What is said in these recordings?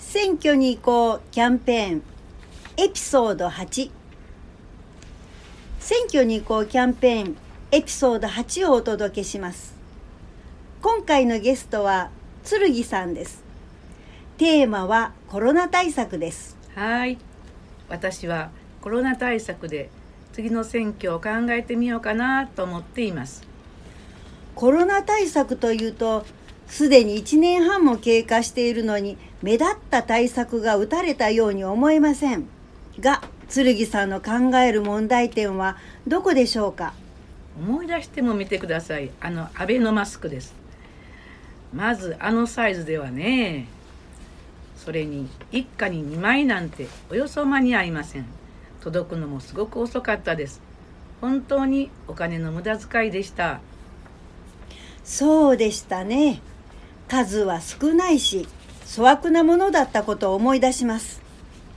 選挙に行こうキャンペーンエピソード8。選挙に行こうキャンペーンエピソード8をお届けします。今回のゲストは剣さんです。テーマはコロナ対策です。 はい、私はコロナ対策で次の選挙を考えてみようかなと思っています。 コロナ対策というと、すでに1年半も経過しているのに目立った対策が打たれたように思えませんが、剣さんの考える問題点はどこでしょうか。 思い出しても見てください。アベノマスクです。まずサイズではね、それに一家に2枚なんておよそ間に合いません。届くのもすごく遅かったです。本当にお金の無駄遣いでした。 そうでしたね。数は少ないし粗悪なものだったことを思い出します。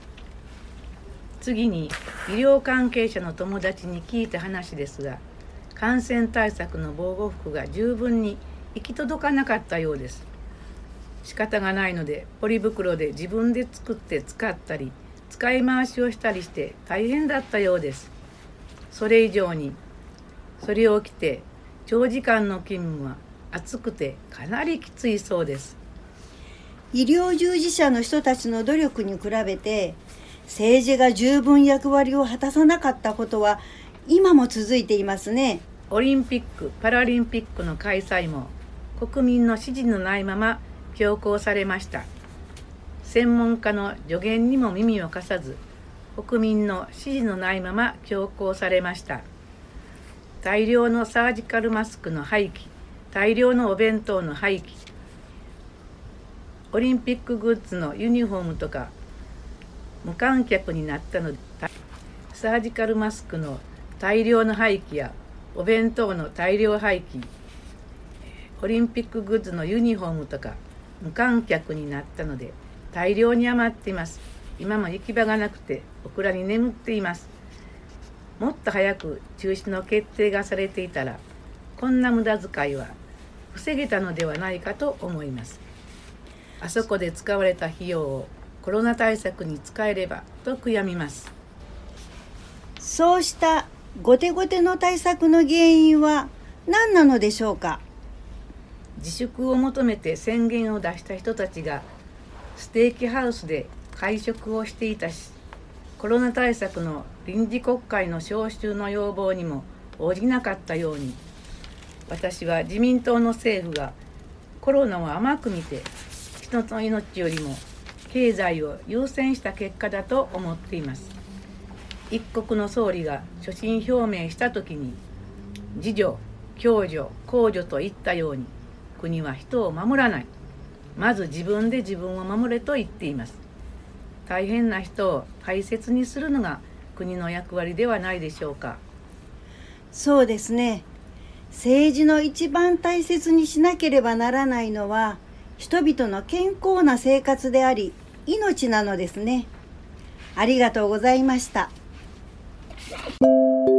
次に医療関係者の友達に聞いた話ですが、感染対策の防護服が十分に行き届かなかったようです。仕方がないのでポリ袋で自分で作って使ったり使い回しをしたりして大変だったようです。それ以上にそれを着て長時間の勤務は暑くてかなりきついそうです。 医療従事者の人たちの努力に比べて政治が十分役割を果たさなかったことは今も続いていますね。 オリンピック・パラリンピックの開催も国民の支持のないまま強行されました。専門家の助言にも耳を貸さず、国民の支持のないまま強行されました。大量のサージカルマスクの廃棄、大量のお弁当の廃棄、オリンピックグッズのユニフォームとか無観客になったので、サージカルマスクの大量の廃棄やお弁当の大量廃棄、オリンピックグッズのユニフォームとか無観客になったので大量に余っています。今も行き場がなくてオクラに眠っています。もっと早く中止の決定がされていたら、こんな無駄遣いは防げたのではないかと思います。あそこで使われた費用をコロナ対策に使えればと悔やみます。 そうした後手後手の対策の原因は何なのでしょうか。 自粛を求めて宣言を出した人たちがステーキハウスで会食をしていたし、コロナ対策の臨時国会の召集の要望にも応じなかったように、私は自民党の政府がコロナを甘く見て人の命よりも経済を優先した結果だと思っています。一国の総理が所信表明したときに、自助、共助、公助といったように、国は人を守らない。まず自分で自分を守れと言っています。大変な人を大切にするのが国の役割ではないでしょうか。 そうですね。政治の一番大切にしなければならないのは人々の健康な生活であり命なのですね。ありがとうございました。